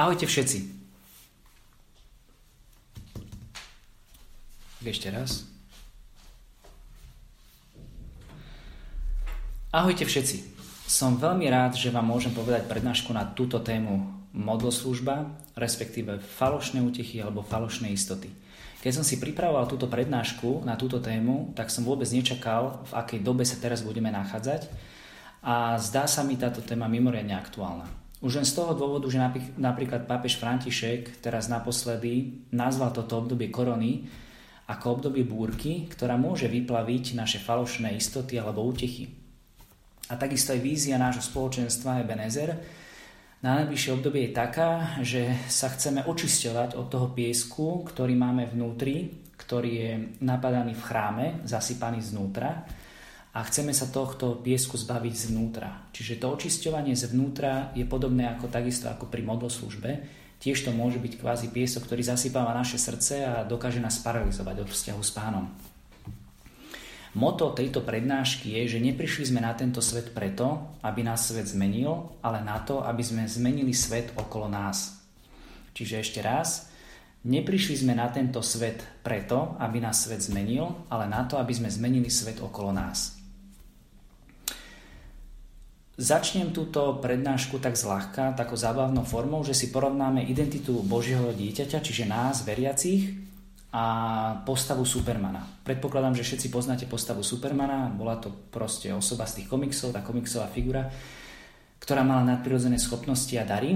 Ahojte všetci. Ešte raz. Ahojte všetci. Som veľmi rád, že vám môžem povedať prednášku na túto tému modloslužba, respektíve falošné útechy alebo falošné istoty. Keď som si pripravoval túto prednášku na túto tému, tak som vôbec nečakal, v akej dobe sa teraz budeme nachádzať a zdá sa mi táto téma mimoriadne aktuálna. Už len z toho dôvodu, že napríklad pápež František teraz naposledy nazval toto obdobie korony ako obdobie búrky, ktorá môže vyplaviť naše falošné istoty alebo útechy. A takisto aj vízia nášho spoločenstva Ebenezer na najbližšie obdobie je taká, že sa chceme očisťovať od toho piesku, ktorý máme vnútri, ktorý je napadaný v chráme, zasypaný znútra, a chceme sa tohto piesku zbaviť zvnútra. Čiže to očisťovanie zvnútra je podobné takisto ako pri modloslužbe. Tiež to môže byť kvázi piesok, ktorý zasypáva naše srdce a dokáže nás paralizovať od vzťahu s Pánom. Motto tejto prednášky je, že neprišli sme na tento svet preto, aby nás svet zmenil, ale na to, aby sme zmenili svet okolo nás. Čiže ešte raz, neprišli sme na tento svet preto, aby nás svet zmenil, ale na to, aby sme zmenili svet okolo nás. Začnem túto prednášku tak zľahka, takou zábavnou formou, že si porovnáme identitu Božieho dieťaťa, čiže nás, veriacich, a postavu Supermana. Predpokladám, že všetci poznáte postavu Supermana, bola to proste osoba z tých komiksov, tá komiksová figura, ktorá mala nadprirodzené schopnosti a dary.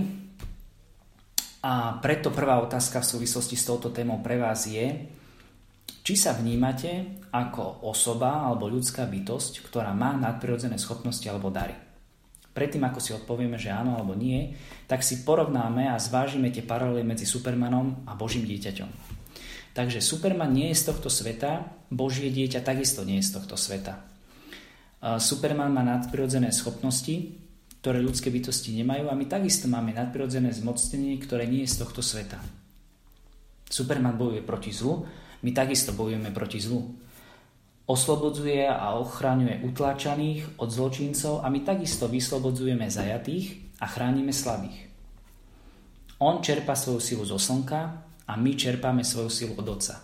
A preto prvá otázka v súvislosti s touto témou pre vás je, či sa vnímate ako osoba alebo ľudská bytosť, ktorá má nadprirodzené schopnosti alebo dary. Predtým, ako si odpovieme, že áno alebo nie, tak si porovnáme a zvážime tie paralely medzi Supermanom a Božím dieťaťom. Takže Superman nie je z tohto sveta, Božie dieťa takisto nie je z tohto sveta. Superman má nadprirodzené schopnosti, ktoré ľudské bytosti nemajú, a my takisto máme nadprirodzené zmocnenie, ktoré nie je z tohto sveta. Superman bojuje proti zlu, my takisto bojujeme proti zlu. Oslobodzuje a ochraňuje utláčaných od zločincov a my takisto vyslobodzujeme zajatých a chránime slabých. On čerpá svoju silu zo slnka a my čerpáme svoju silu od Otca.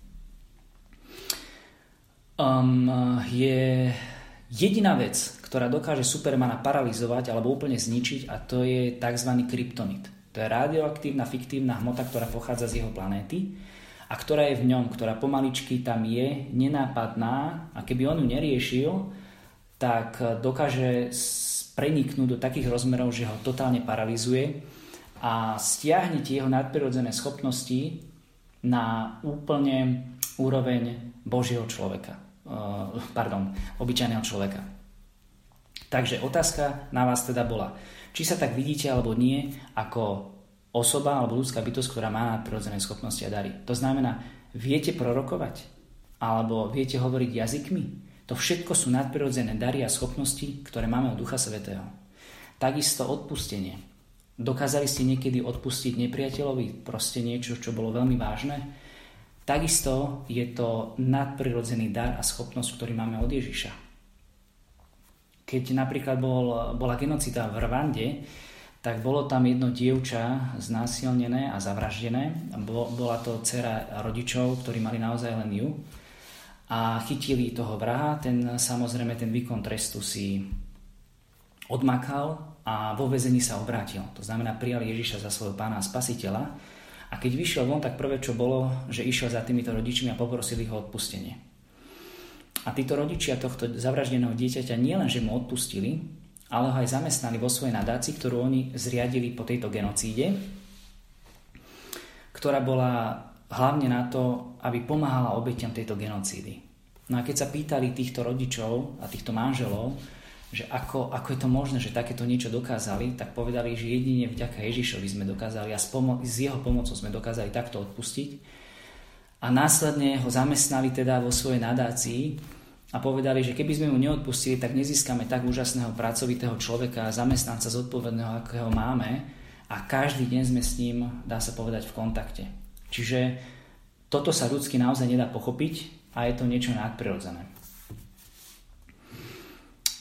Je jediná vec, ktorá dokáže Supermana paralizovať alebo úplne zničiť, a to je tzv. Kryptonit. To je radioaktívna fiktívna hmota, ktorá pochádza z jeho planéty a ktorá je v ňom, ktorá pomaličky tam je, nenápadná, a keby on ju neriešil, tak dokáže preniknúť do takých rozmerov, že ho totálne paralizuje a stiahne tie jeho nadprirodzené schopnosti na úplne úroveň Božieho človeka. Obyčajného človeka. Takže otázka na vás teda bola, či sa tak vidíte alebo nie ako osoba alebo ľudská bytosť, ktorá má nadprirodzené schopnosti a dary. To znamená, viete prorokovať alebo viete hovoriť jazykmi. To všetko sú nadprirodzené dary a schopnosti, ktoré máme od Ducha Svätého. Takisto odpustenie. Dokázali ste niekedy odpustiť nepriateľovi proste niečo, čo bolo veľmi vážne? Takisto je to nadprirodzený dar a schopnosť, ktorý máme od Ježiša. Keď napríklad bola genocida v Rwande, tak bolo tam jedno dievča znásilnené a zavraždené. Bola to dcera rodičov, ktorí mali naozaj len ju. A chytili toho vraha, ten výkon trestu si odmakal a vo väzení sa obrátil. To znamená, prijal Ježiša za svojho pána a spasiteľa. A keď vyšiel von, tak prvé, čo bolo, že išiel za týmito rodičmi a poprosil ich o odpustenie. A títo rodičia tohto zavraždeného dieťaťa nielenže mu odpustili, ale ho aj zamestnali vo svojej nadácii, ktorú oni zriadili po tejto genocíde, ktorá bola hlavne na to, aby pomáhala obetiam tejto genocídy. No a keď sa pýtali týchto rodičov a týchto manželov, že ako je to možné, že takéto niečo dokázali, tak povedali, že jedine vďaka Ježišovi sme dokázali a s jeho pomocou sme dokázali takto odpustiť. A následne ho zamestnali teda vo svojej nadácii a povedali, že keby sme mu neodpustili, tak nezískame tak úžasného pracovitého človeka a zamestnanca zodpovedného, akého máme, a každý deň sme s ním, dá sa povedať, v kontakte. Čiže toto sa ľudsky naozaj nedá pochopiť a je to niečo nadprirodzené.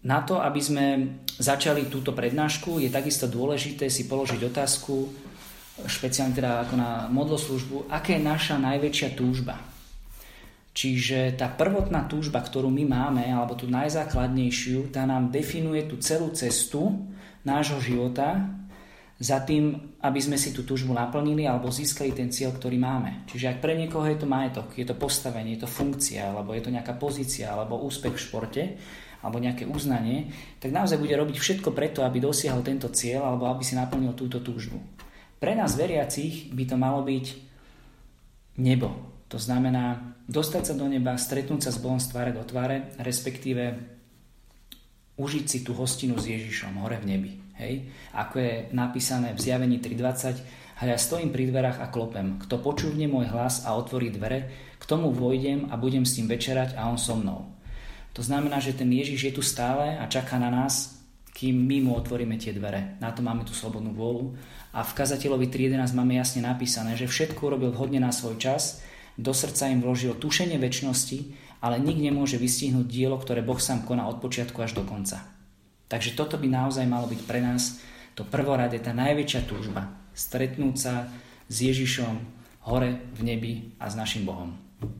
Na to, aby sme začali túto prednášku, je takisto dôležité si položiť otázku, špeciálne teda ako na modloslužbu, aká je naša najväčšia túžba. Čiže tá prvotná túžba, ktorú my máme, alebo tú najzákladnejšiu, tá nám definuje tú celú cestu nášho života za tým, aby sme si tú túžbu naplnili alebo získali ten cieľ, ktorý máme. Čiže ak pre niekoho je to majetok, je to postavenie, je to funkcia, alebo je to nejaká pozícia, alebo úspech v športe, alebo nejaké uznanie, tak naozaj bude robiť všetko preto, aby dosiahol tento cieľ, alebo aby si naplnil túto túžbu. Pre nás veriacich by to malo byť nebo. To znamená dostať sa do neba, stretnúť sa s Bohom z tváre do tváre, respektíve užiť si tú hostinu s Ježišom hore v nebi. Hej? Ako je napísané v Zjavení 3.20, hľa stojím pri dverách a klopem. Kto počúvne môj hlas a otvorí dvere, k tomu vojdem a budem s ním večerať a on so mnou. To znamená, že ten Ježiš je tu stále a čaká na nás, kým my mu otvoríme tie dvere. Na to máme tú slobodnú vôľu. A v Kazateľovi 3.11 máme jasne napísané, že všetko urobil vhodne na svoj čas, do srdca im vložil tušenie večnosti, ale nik nemôže vystihnúť dielo, ktoré Boh sám koná od počiatku až do konca. Takže toto by naozaj malo byť pre nás to prvorade, tá najväčšia túžba. Stretnúť sa s Ježišom hore v nebi a s našim Bohom.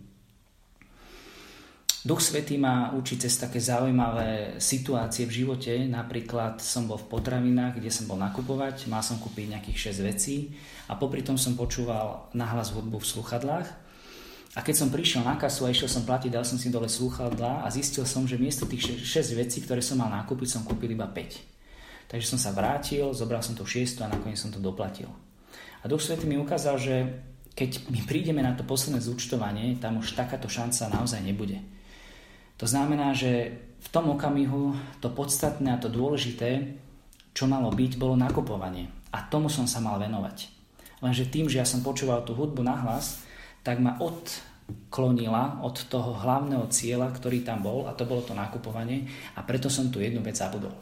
Duch Svätý ma učí cez také zaujímavé situácie v živote. Napríklad som bol v potravinách, kde som bol nakupovať, mal som kúpiť nejakých 6 vecí a popri tom som počúval nahlas hudbu v slúchadlách. A keď som prišiel na kasu a išiel som platiť, dal som si dole slúchadlá a zistil som, že miesto tých 6 vecí, ktoré som mal nakúpiť, som kúpil iba 5. Takže som sa vrátil, zobral som to 6 a nakoniec som to doplatil. A Duch Svätý mi ukázal, že keď my prídeme na to posledné zúčtovanie, tam už takáto šanca naozaj nebude. To znamená, že v tom okamihu to podstatné a to dôležité, čo malo byť, bolo nakupovanie. A tomu som sa mal venovať. Lenže tým, že ja som počúval tú hudbu nahlas, tak ma odklonila od toho hlavného cieľa, ktorý tam bol, a to bolo to nakupovanie, a preto som tu jednu vec zabudol.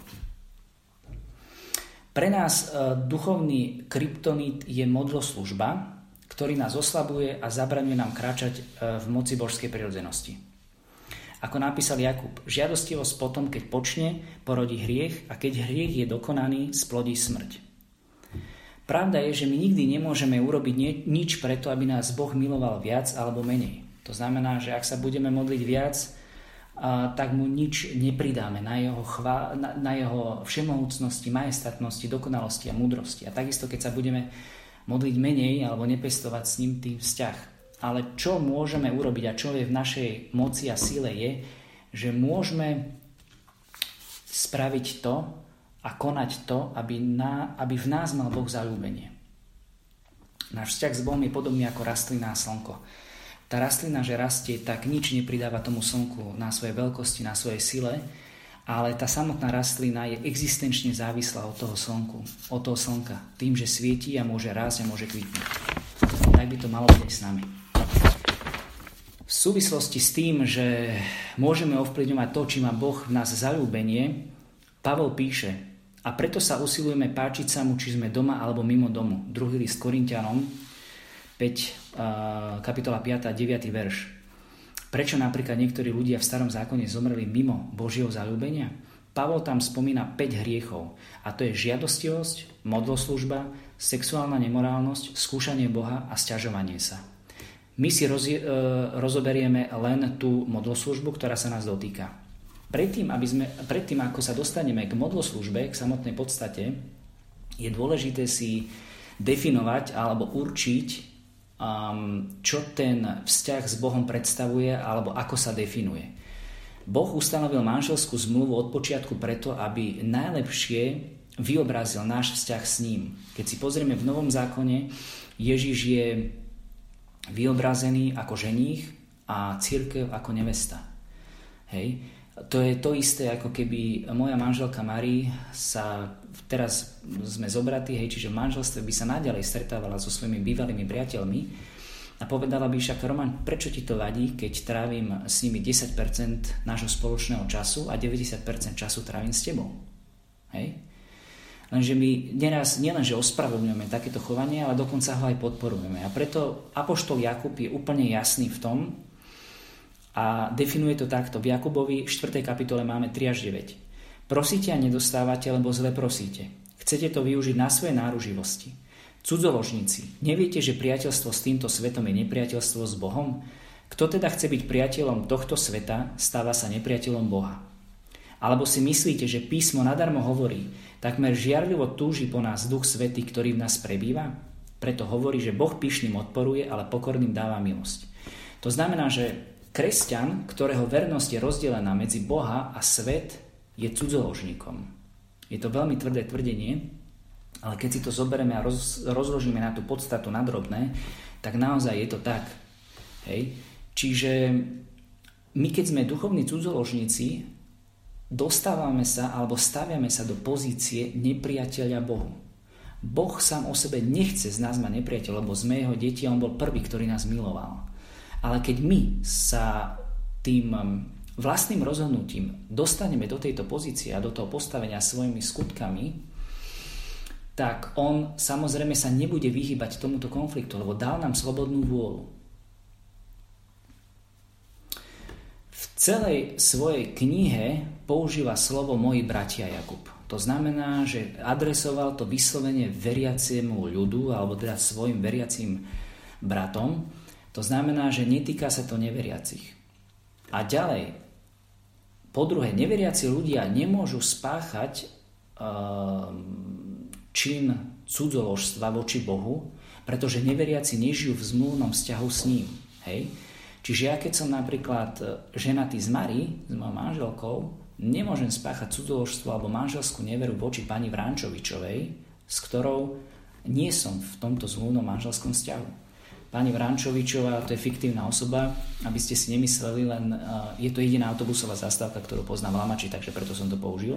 Pre nás duchovný kryptonít je modloslužba, ktorý nás oslabuje a zabraňuje nám kráčať v moci božskej prirodzenosti. Ako napísal Jakub, žiadostivosť potom, keď počne, porodí hriech a keď hriech je dokonaný, splodí smrť. Pravda je, že my nikdy nemôžeme urobiť nič preto, aby nás Boh miloval viac alebo menej. To znamená, že ak sa budeme modliť viac, tak mu nič nepridáme na jeho všemohúcnosti, majestatnosti, dokonalosti a múdrosti. A takisto, keď sa budeme modliť menej alebo nepestovať s ním tým vzťah. Ale čo môžeme urobiť a čo je v našej moci a sile je, že môžeme spraviť to a konať to, aby v nás mal Boh zaľúbenie. Náš vzťah s Bohom je podobný ako rastlina a slnko. Tá rastlina, že rastie, tak nič nepridáva tomu slnku na svojej veľkosti, na svojej sile, ale tá samotná rastlina je existenčne závislá od toho slnka. Tým, že svietí a môže rásť a môže kvitnúť. Tak by to malo byť aj s nami. V súvislosti s tým, že môžeme ovplyvňovať to, či má Boh v nás zaľúbenie, Pavol píše: a preto sa usilujeme páčiť sa mu, či sme doma alebo mimo domu. 2. list Korinťanom 5, kapitola 5 a 9. verš. Prečo napríklad niektorí ľudia v starom zákone zomreli mimo Božieho zaľúbenia? Pavol tam spomína 5 hriechov, a to je žiadostivosť, modloslužba, sexuálna nemorálnosť, skúšanie Boha a sťažovanie sa. My si rozoberieme len tú modloslužbu, ktorá sa nás dotýka. Predtým, ako sa dostaneme k modloslužbe, k samotnej podstate, je dôležité si definovať alebo určiť, čo ten vzťah s Bohom predstavuje alebo ako sa definuje. Boh ustanovil manželskú zmluvu od počiatku preto, aby najlepšie vyobrazil náš vzťah s ním. Keď si pozrieme v Novom zákone, Ježiš je vyobrazený ako ženích a cirkev ako nevesta. Hej. To je to isté, ako keby moja manželka Mari teraz sme zobratí, čiže v manželstve by sa naďalej stretávala so svojimi bývalými priateľmi a povedala by však: Roman, prečo ti to vadí, keď trávim s nimi 10% nášho spoločného času a 90% času trávim s tebou? Hej. Lenže my neraz nielenže ospravedlňujeme takéto chovanie, ale dokonca ho aj podporujeme. A preto apoštol Jakub je úplne jasný v tom a definuje to takto. V Jakubovi 4. kapitole máme 3 až 9. Prosíte a nedostávate, lebo zle prosíte. Chcete to využiť na svoje náruživosti. Cudzoložníci, neviete, že priateľstvo s týmto svetom je nepriateľstvo s Bohom? Kto teda chce byť priateľom tohto sveta, stáva sa nepriateľom Boha. Alebo si myslíte, že písmo nadarmo hovorí, takmer žiarlivo túži po nás Duch Svätý, ktorý v nás prebýva? Preto hovorí, že Boh pyšným odporuje, ale pokorným dáva milosť. To znamená, že kresťan, ktorého vernosť je rozdelená medzi Boha a svet, je cudzoložníkom. Je to veľmi tvrdé tvrdenie, ale keď si to zoberieme a rozložíme na tú podstatu na drobné, tak naozaj je to tak. Hej? Čiže my, keď sme duchovní cudzoložníci, dostávame sa alebo staviame sa do pozície nepriateľa Bohu. Boh sám o sebe nechce z nás mať nepriateľ, lebo sme jeho deti a on bol prvý, ktorý nás miloval. Ale keď my sa tým vlastným rozhodnutím dostaneme do tejto pozície a do toho postavenia svojimi skutkami, tak on samozrejme sa nebude vyhýbať tomuto konfliktu, lebo dal nám slobodnú vôľu. V celej svojej knihe používa slovo moji bratia Jakub. To znamená, že adresoval to vyslovene veriaciemu ľudu, alebo teda svojim veriacím bratom. To znamená, že netýka sa to neveriacich. A ďalej, po druhé, neveriaci ľudia nemôžu spáchať čin cudzoložstva voči Bohu, pretože neveriaci nežijú v zmluvnom vzťahu s ním. Hej? Čiže ja keď som napríklad ženatý s mojou manželkou, nemôžem spáchať cudzoložstvo alebo manželskú neveru voči pani Vrančovičovej, s ktorou nie som v tomto zmluvnom manželskom vzťahu. Pani Vrančovičová, to je fiktívna osoba, aby ste si nemysleli, len je to jediná autobusová zastávka, ktorú poznám v Lamači, takže preto som to použil.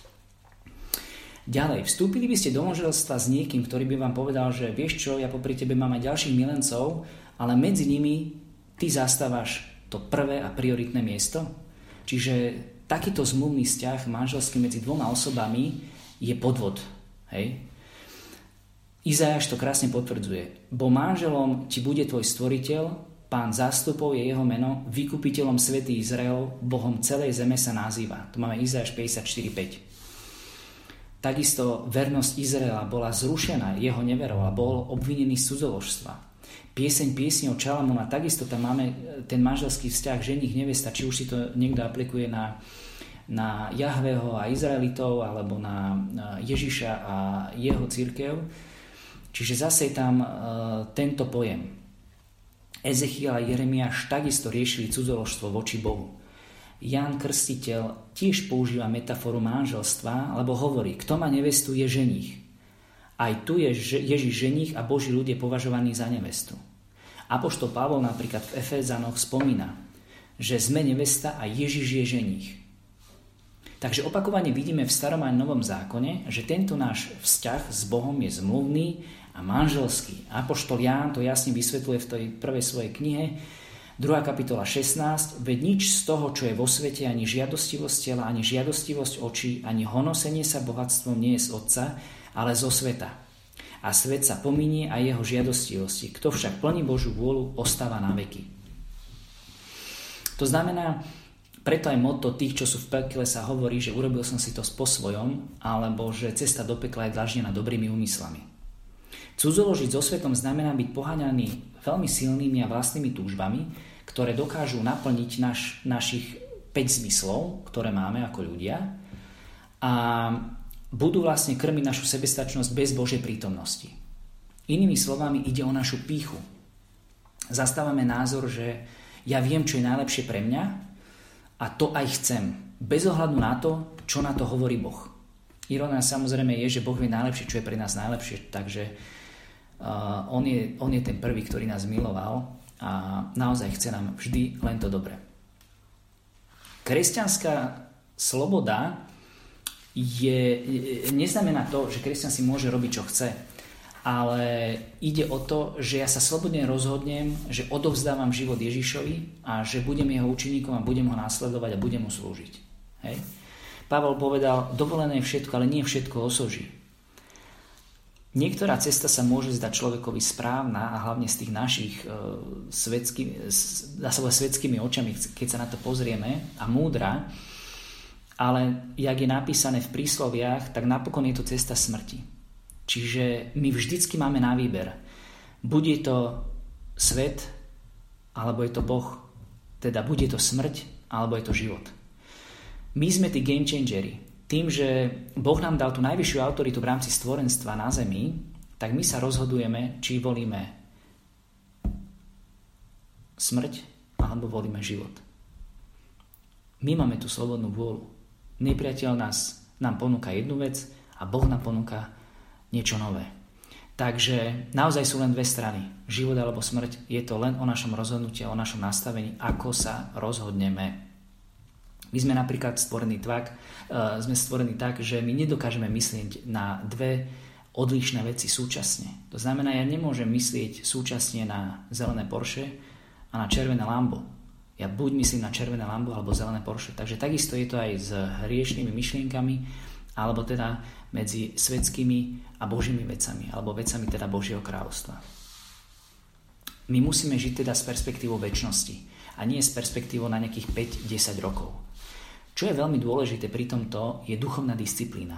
Ďalej, vstúpili by ste do manželstva s niekým, ktorý by vám povedal, že vieš čo, ja popri tebe mám aj ďalších milencov, ale medzi nimi ty zastávaš to prvé a prioritné miesto. Čiže takýto zmluvný vzťah manželský medzi dvoma osobami je podvod. Hej? Izajáš to krásne potvrdzuje. Bo manželom ti bude tvoj stvoriteľ, pán zástupov je jeho meno, vykupiteľom svätý Izrael, Bohom celej zeme sa nazýva. Tu máme Izajáš 54.5. Takisto vernosť Izraela bola zrušená jeho neverou a bol obvinený z cudzoložstva. Pieseň piesňou Čalamúna, takisto tam máme ten manželský vzťah ženích nevesta, či už si to niekto aplikuje na Jahveho a Izraelitov, alebo na Ježiša a jeho cirkev. Čiže zase je tam tento pojem. Ezechiel a Jeremiáš takisto riešili cudzoložstvo voči Bohu. Ján Krstiteľ tiež používa metaforu manželstva, lebo hovorí, kto má nevestu je ženích. Aj tu je Ježiš ženích a Boží ľud je považovaný za nevestu. Apoštol Pavol napríklad v Efézanoch spomína, že sme nevesta a Ježiš je ženích. Takže opakovane vidíme v Starom a Novom zákone, že tento náš vzťah s Bohom je zmluvný a manželský. Apoštol Ján to jasne vysvetľuje v tej prvej svojej knihe, 2. kapitola 16, veď nič z toho, čo je vo svete, ani žiadostivosť tela, ani žiadostivosť očí, ani honosenie sa bohatstvom nie je z Otca, ale zo sveta. A svet sa pominie a jeho žiadostivosti. Kto však plní Božiu vôľu, ostáva na veky. To znamená, preto aj motto tých, čo sú v pekle, sa hovorí, že urobil som si to po svojom, alebo že cesta do pekla je dlaždená dobrými úmyslami. Cudzoložiť so svetom znamená byť poháňaný veľmi silnými a vlastnými túžbami, ktoré dokážu naplniť našich 5 zmyslov, ktoré máme ako ľudia, a budú vlastne krmiť našu sebestačnosť bez Božej prítomnosti. Inými slovami, ide o našu pýchu. Zastávame názor, že ja viem, čo je najlepšie pre mňa a to aj chcem, bez ohľadu na to, čo na to hovorí Boh. Irónia samozrejme je, že Boh vie najlepšie, čo je pre nás najlepšie, takže on je ten prvý, ktorý nás miloval a naozaj chce nám vždy len to dobré. Kresťanská sloboda neznamená to, že kresťan si môže robiť, čo chce, ale ide o to, že ja sa slobodne rozhodnem, že odovzdávam život Ježišovi a že budem jeho učeníkom a budem ho následovať a budem mu slúžiť. Hej? Pavol povedal, dovolené je všetko, ale nie všetko osoží. Niektorá cesta sa môže zdať človekovi správna a hlavne z tých našich svetskými očami, keď sa na to pozrieme, a múdra, ale jak je napísané v prísloviach, tak napokon je to cesta smrti. Čiže my vždycky máme na výber. Buď je to svet, alebo je to Boh. Teda buď je to smrť, alebo je to život. My sme tí game changeri. Tým, že Boh nám dal tú najvyššiu autoritu v rámci stvorenstva na zemi, tak my sa rozhodujeme, či volíme smrť, alebo volíme život. My máme tú slobodnú vôľu. Nepriateľ nám ponúka jednu vec a Boh nám ponúka niečo nové. Takže naozaj sú len dve strany. Život alebo smrť, je to len o našom rozhodnutí, o našom nastavení, ako sa rozhodneme. My sme napríklad stvorení tak, že my nedokážeme myslieť na dve odlišné veci súčasne. To znamená, ja nemôžem myslieť súčasne na zelené Porsche a na červené Lambo. Ja buď myslím na červené Lambo alebo zelené Porsche. Takže takisto je to aj s hriešnými myšlienkami, alebo teda medzi svetskými a božími vecami, alebo vecami teda Božieho kráľovstva. My musíme žiť teda s perspektívou večnosti a nie s perspektívou na nejakých 5-10 rokov. Čo je veľmi dôležité pri tomto, je duchovná disciplína.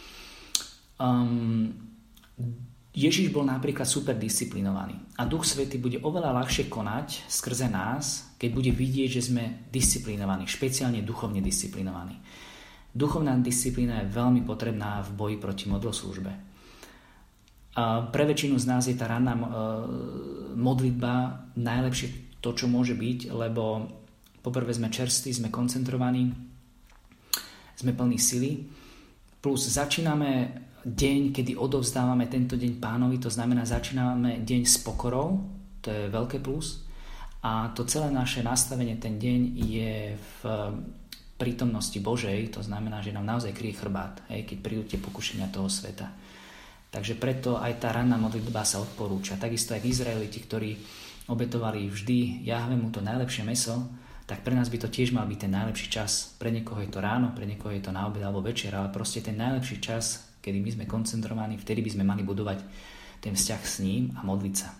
Ježiš bol napríklad super disciplinovaný a Duch Svätý bude oveľa ľahšie konať skrze nás, keď bude vidieť, že sme disciplinovaní, špeciálne duchovne disciplinovaní. Duchovná disciplína je veľmi potrebná v boji proti modloslužbe. Pre väčšinu z nás je tá ranná modlitba najlepšie to, čo môže byť, lebo poprvé sme čerství, sme koncentrovaní, sme plní sily, plus začíname deň, kedy odovzdávame tento deň Pánovi, to znamená začíname deň s pokorou, to je veľké plus, a to celé naše nastavenie, ten deň je v prítomnosti Božej, to znamená, že nám naozaj kryje chrbát, keď prídu tie pokušenia toho sveta. Takže preto aj tá ranná modlitba sa odporúča. Takisto aj Izraeliti, ktorí obetovali vždy Jahvemu to najlepšie mäso, tak pre nás by to tiež mal byť ten najlepší čas. Pre niekoho je to ráno, pre niekoho je to na obed alebo večer, ale proste ten najlepší čas, kedy my sme koncentrovaní, vtedy by sme mali budovať ten vzťah s ním a modliť sa.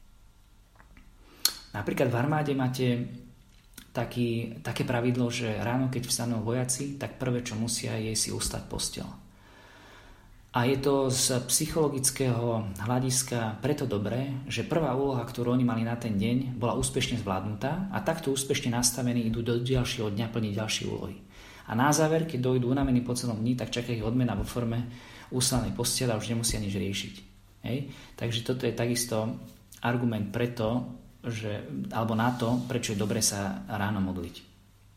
Napríklad v armáde máte také pravidlo, že ráno, keď vstanú vojaci, tak prvé, čo musia, je si ustať posteľ. A je to z psychologického hľadiska preto dobré, že prvá úloha, ktorú oni mali na ten deň, bola úspešne zvládnutá a takto úspešne nastavení idú do ďalšieho dňa plniť ďalšie úlohy. A na záver, keď dojdú unavení po celom dni, tak čaká ich odmena vo forme úslanej postele a už nemusia nič riešiť. Hej? Takže toto je takisto argument preto, alebo na to, prečo je dobre sa ráno modliť.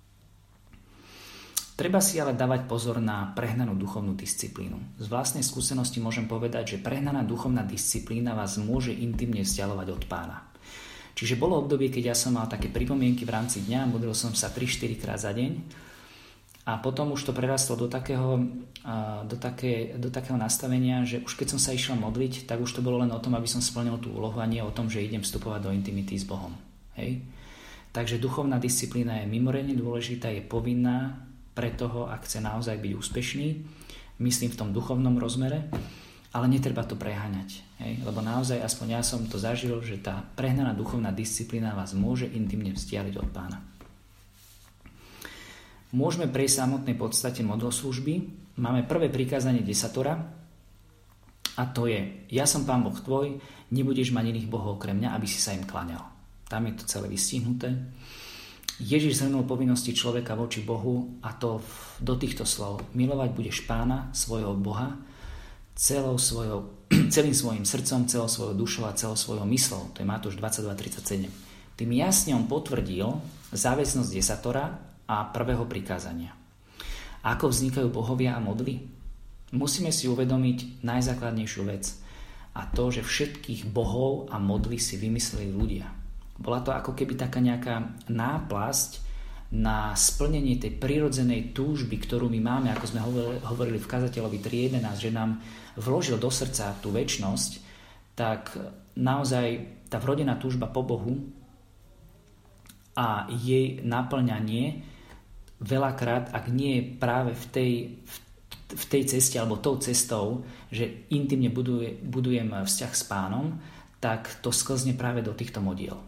Treba si ale dávať pozor na prehnanú duchovnú disciplínu. Z vlastnej skúsenosti môžem povedať, že prehnaná duchovná disciplína vás môže intimne vzdialovať od Pána. Čiže bolo obdobie, keď ja som mal také pripomienky v rámci dňa, modlil som sa 3-4 krát za deň a potom už to prerastlo do takého nastavenia, že už keď som sa išiel modliť, tak už to bolo len o tom, aby som splnil tú úlohu a nie o tom, že idem vstupovať do intimity s Bohom. Hej? Takže duchovná disciplína je mimoriadne dôležitá, je povinná pre toho, ak chce naozaj byť úspešný, myslím v tom duchovnom rozmere, ale netreba to preháňať. Hej? Lebo naozaj, aspoň ja som to zažil, že tá prehnaná duchovná disciplína vás môže intimne vzdialiť od Pána. Môžeme prejsť samotnej podstate modloslužby. Máme prvé prikázanie desatora a to je: ja som Pán Boh tvoj, nebudeš mať iných bohov okrem mňa, aby si sa im kláňal. Tam je to celé vystihnuté. Ježiš zhrnul povinnosti človeka voči Bohu a to do týchto slov: milovať budeš Pána, svojho Boha, celým svojim srdcom, celou svojou dušou a celou svojou myslou. To je Matúš 22:37. Tým jasne on potvrdil záväznosť desatora a prvého prikázania. Ako vznikajú bohovia a modly? Musíme si uvedomiť najzákladnejšiu vec, a to, že všetkých bohov a modly si vymysleli ľudia. Bola to ako keby taká nejaká náplasť na splnenie tej prirodzenej túžby, ktorú my máme, ako sme hovorili v Kazateľovi 3.11, že nám vložil do srdca tú večnosť, tak naozaj tá vrodená túžba po Bohu a jej naplňanie veľakrát, ak nie je práve v tej ceste alebo tou cestou, že intimne budujem vzťah s Pánom, tak to sklzne práve do týchto modiel.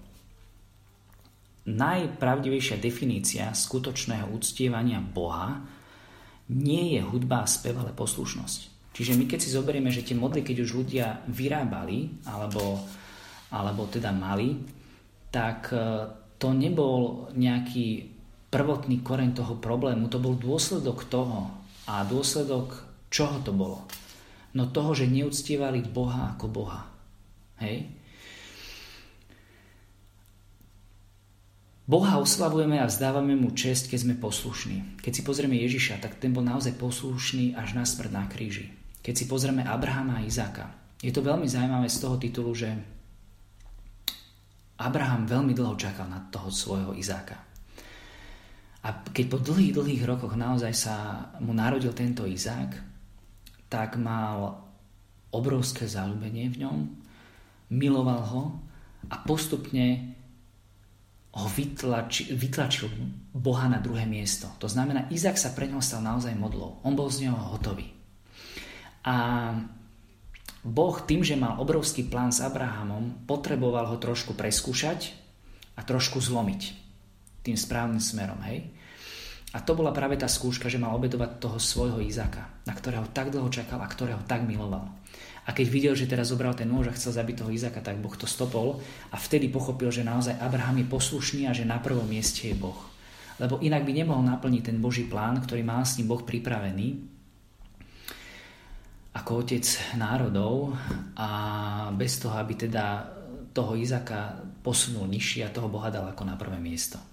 Najpravdivejšia definícia skutočného uctievania Boha nie je hudba a spev, ale poslušnosť. Čiže my keď si zoberieme, že tie modly, keď už ľudia vyrábali, alebo teda mali, tak to nebol nejaký prvotný koreň toho problému, to bol dôsledok toho. A dôsledok čoho to bolo? No toho, že neúctievali Boha ako Boha. Hej? Boha oslavujeme a vzdávame mu česť, keď sme poslušní. Keď si pozrieme Ježiša, tak ten bol naozaj poslušný až na smrť na kríži. Keď si pozrieme Abrahama a Izáka. Je to veľmi zaujímavé z toho titulu, že Abraham veľmi dlho čakal na toho svojho Izáka. A keď po dlhých rokoch naozaj sa mu narodil tento Izák, tak mal obrovské zaľúbenie v ňom, miloval ho a postupne ho vytlačil Boha na druhé miesto. To znamená, Izák sa pre ňoho stal naozaj modlou. On bol z neho hotový. A Boh tým, že mal obrovský plán s Abrahamom, potreboval ho trošku preskúšať a trošku zlomiť tým správnym smerom, hej? A to bola práve tá skúška, že mal obetovať toho svojho Izáka, na ktorého tak dlho čakal a ktorého tak miloval. A keď videl, že teraz zobral ten nôž a chcel zabiť toho Izáka, tak Boh to stopol a vtedy pochopil, že naozaj Abraham je poslušný a že na prvom mieste je Boh. Lebo inak by nemohol naplniť ten Boží plán, ktorý mal s ním Boh pripravený ako otec národov a bez toho, aby teda toho Izáka posunul nižšie a toho Boha dal ako na prvé miesto.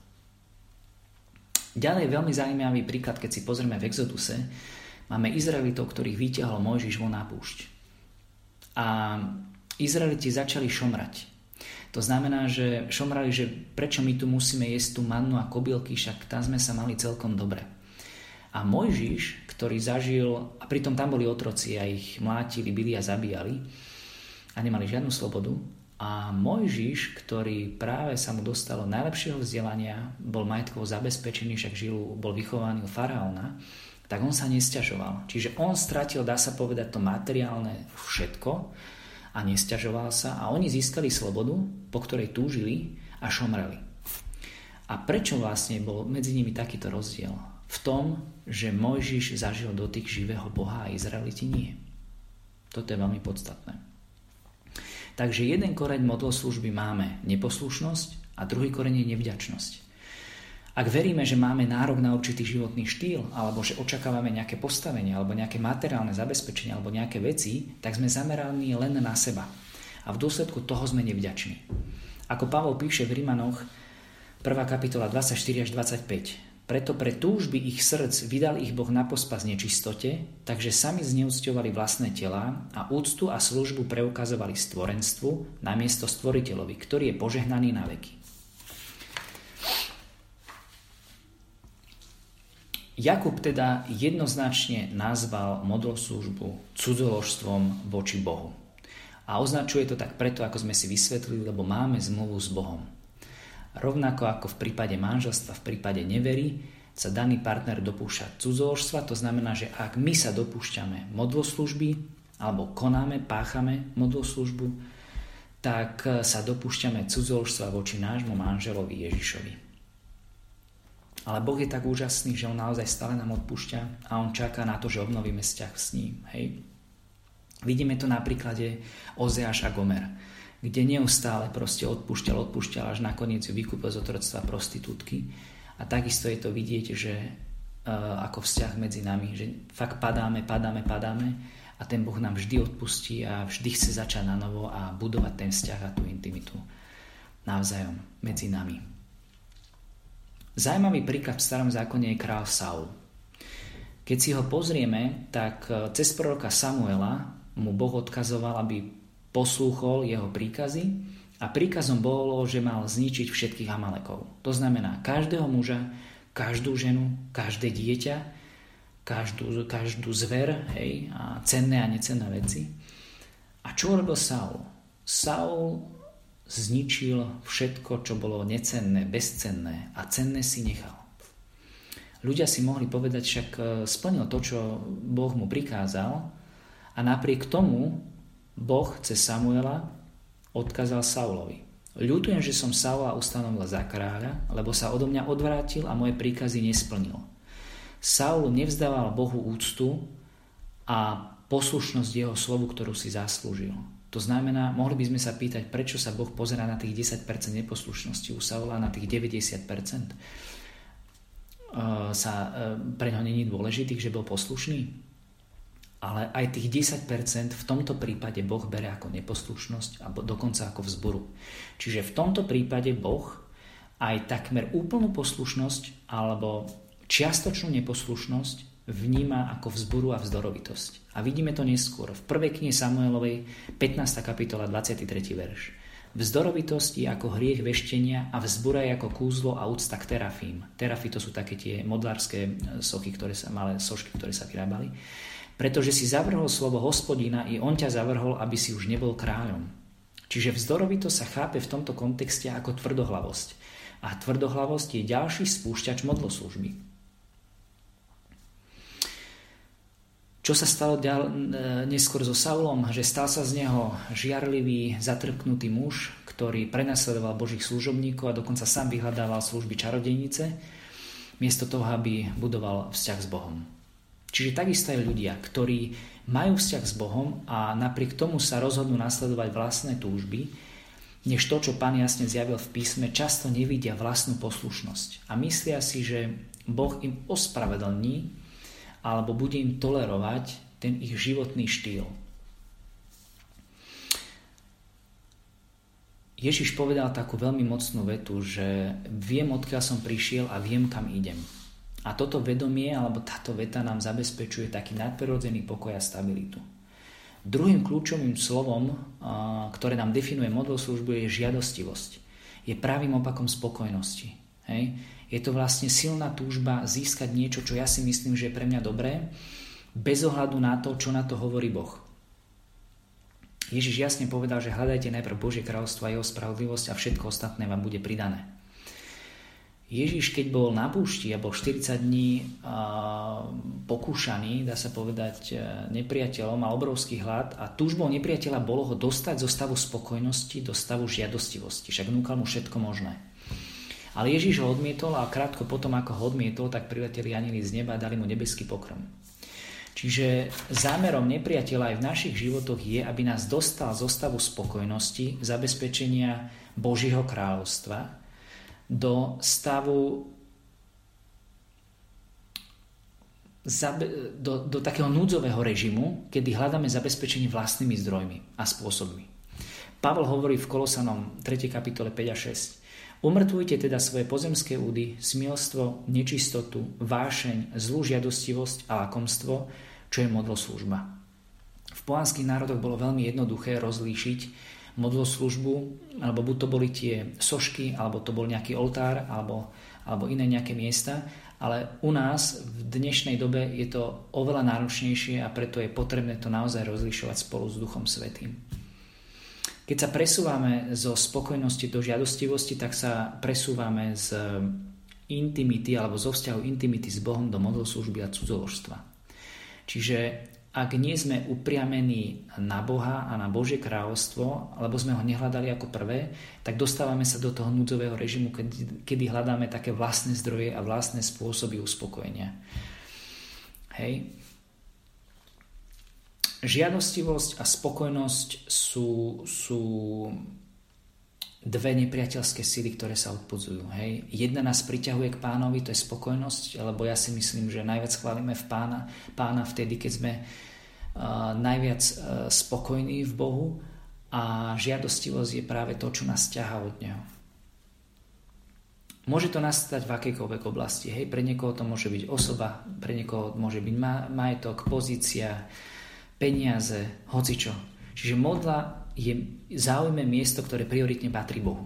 Ďalej veľmi zaujímavý príklad, keď si pozrieme v Exoduse, máme Izraelitov, ktorých vytiahol Mojžiš von na púšť. A Izraeliti začali šomrať. To znamená, že šomrali, že prečo my tu musíme jesť tú mannu a kobylky, však tam sme sa mali celkom dobre. A Mojžiš, ktorý zažil, a pritom tam boli otroci a ich mlátili, bili a zabíjali a nemali žiadnu slobodu, a Mojžiš, ktorý práve sa mu dostalo najlepšieho vzdelania, bol majetkovo zabezpečený, však bol vychovaný u faraóna, tak on sa nesťažoval. Čiže on stratil, dá sa povedať, to materiálne všetko a nesťažoval sa a oni získali slobodu, po ktorej túžili a šomreli. A prečo vlastne bol medzi nimi takýto rozdiel? V tom, že Mojžiš zažil dotyk živého Boha a Izraeliti nie. Toto je veľmi podstatné. Takže jeden koreň modloslužby máme neposlušnosť a druhý koreň je nevďačnosť. Ak veríme, že máme nárok na určitý životný štýl, alebo že očakávame nejaké postavenie, alebo nejaké materiálne zabezpečenie, alebo nejaké veci, tak sme zameraní len na seba. A v dôsledku toho sme nevďační. Ako Pavol píše v Rímanoch 1. kapitola 24 až 25. Preto pre túžby ich srdc vydal ich Boh na pospas nečistote, takže sami zneúcťovali vlastné telá a úctu a službu preukazovali stvorenstvu namiesto stvoriteľovi, ktorý je požehnaný na veky. Jakub teda jednoznačne nazval modloslužbu cudzoložstvom voči Bohu. A označuje to tak preto, ako sme si vysvetlili, lebo máme zmluvu s Bohom. Rovnako ako v prípade manželstva, v prípade nevery, sa daný partner dopúšťa cudzoložstva, to znamená, že ak my sa dopúšťame modloslužby, alebo konáme, páchame modloslužbu, tak sa dopúšťame cudzoložstva voči nášmu manželovi Ježišovi. Ale Boh je tak úžasný, že on naozaj stále nám odpúšťa a on čaká na to, že obnovíme vzťah s ním. Hej? Vidíme to na príklade Ozeáš a Gomer, kde neustále proste odpúšťal, až nakoniec ju vykúpil z otroctva prostitútky. A takisto je to vidieť, že ako vzťah medzi nami, že fakt padáme a ten Boh nám vždy odpustí a vždy chce začať na novo a budovať ten vzťah a tú intimitu navzájom medzi nami. Zajímavý príklad v Starom zákone je kráľ Saul. Keď si ho pozrieme, tak cez proroka Samuela mu Boh odkazoval, aby poslúchol jeho príkazy a príkazom bolo, že mal zničiť všetkých Amalekov. To znamená každého muža, každú ženu, každé dieťa, každú zver, hej, a cenné a necenné veci. A čo robil Saul? Saul zničil všetko, čo bolo necenné, bezcenné a cenné si nechal. Ľudia si mohli povedať, však splnil to, čo Boh mu prikázal a napriek tomu Boh cez Samuela odkázal Saulovi. Ľutujem, že som Saula ustanovil za kráľa, lebo sa odo mňa odvrátil a moje príkazy nesplnil. Saul nevzdával Bohu úctu a poslušnosť jeho slovu, ktorú si zaslúžil. To znamená, mohli by sme sa pýtať, prečo sa Boh pozerá na tých 10% neposlušnosti u Saula a na tých 90% pre ňo nie je dôležitých, že bol poslušný. Ale aj tých 10% v tomto prípade Boh bere ako neposlušnosť a dokonca ako vzburu. Čiže v tomto prípade Boh aj takmer úplnú poslušnosť alebo čiastočnú neposlušnosť vníma ako vzburu a vzdorovitosť. A vidíme to neskôr v 1. knihe Samuelovej 15. kapitola 23. verš. Vzdorovitosť je ako hriech veštenia a vzbura je ako kúzlo a úcta k terafím. Terafy to sú také tie modlárske sochy, malé sošky, ktoré sa vyrábali. Pretože si zavrhol slovo Hospodina, i on ťa zavrhol, aby si už nebol kráľom. Čiže vzdorovitosť sa chápe v tomto kontexte ako tvrdohlavosť. A tvrdohlavosť je ďalší spúšťač modloslužby. Čo sa stalo neskôr so Saulom? Že stal sa z neho žiarlivý, zatrpknutý muž, ktorý prenasledoval Božích služobníkov a dokonca sám vyhľadával služby čarodejnice, miesto toho, aby budoval vzťah s Bohom. Čiže takisto aj ľudia, ktorí majú vzťah s Bohom a napriek tomu sa rozhodnú nasledovať vlastné túžby, než to, čo Pán jasne zjavil v písme, často nevidia vlastnú poslušnosť a myslia si, že Boh im ospravedlní alebo bude im tolerovať ten ich životný štýl. Ježiš povedal takú veľmi mocnú vetu, že viem, odkiaľ som prišiel a viem, kam idem. A toto vedomie, alebo táto veta nám zabezpečuje taký nadprirodzený pokoj a stabilitu. Druhým kľúčovým slovom, ktoré nám definuje modloslužbu, je žiadostivosť. Je pravým opakom spokojnosti. Hej? Je to vlastne silná túžba získať niečo, čo ja si myslím, že je pre mňa dobré, bez ohľadu na to, čo na to hovorí Boh. Ježiš jasne povedal, že hľadajte najprv Božie kráľovstvo a jeho spravodlivosť a všetko ostatné vám bude pridané. Ježiš, keď bol na púšti a bol 40 dní pokúšaný, dá sa povedať, nepriateľom, mal obrovský hlad a túžbou nepriateľa bolo ho dostať zo stavu spokojnosti do stavu žiadostivosti. Však núkal mu všetko možné. Ale Ježiš ho odmietol a krátko potom, ako ho odmietol, tak prileteli anjeli z neba a dali mu nebeský pokrm. Čiže zámerom nepriateľa aj v našich životoch je, aby nás dostal zo stavu spokojnosti, zabezpečenia Božieho kráľovstva do stavu do takého núdzového režimu, kedy hľadáme zabezpečenie vlastnými zdrojmi a spôsobmi. Pavol hovorí v Kolosanom 3. kapitole 5 a 6. Umrtvujte teda svoje pozemské údy, smilstvo, nečistotu, vášeň, zlú žiadostivosť a lakomstvo, čo je modloslužba. V pohanských národoch bolo veľmi jednoduché rozlíšiť modloslužbu, alebo buď to boli tie sošky, alebo to bol nejaký oltár, alebo iné nejaké miesta, ale u nás v dnešnej dobe je to oveľa náročnejšie a preto je potrebné to naozaj rozlišovať spolu s Duchom Svätým. Keď sa presúvame zo spokojnosti do žiadostivosti, tak sa presúvame z intimity alebo zo vzťahu intimity s Bohom do modloslužby a cudzoložstva. Čiže ak nie sme upriamení na Boha a na Božie kráľovstvo, alebo sme ho nehľadali ako prvé, tak dostávame sa do toho núdzového režimu, kedy hľadáme také vlastné zdroje a vlastné spôsoby uspokojenia. Hej. Žiadostivosť a spokojnosť sú dve nepriateľské sily, ktoré sa odpudzujú. Hej. Jedna nás priťahuje k Pánovi, to je spokojnosť, lebo ja si myslím, že najviac chválime v Pána vtedy, keď sme najviac spokojní v Bohu, a žiadostivosť je práve to, čo nás ťahá od Neho. Môže to nastať v akejkoľvek oblasti. Hej. Pre niekoho to môže byť osoba, pre niekoho môže byť majetok, pozícia, peniaze, hocičo. Čiže modla je záujme miesto, ktoré prioritne patrí Bohu.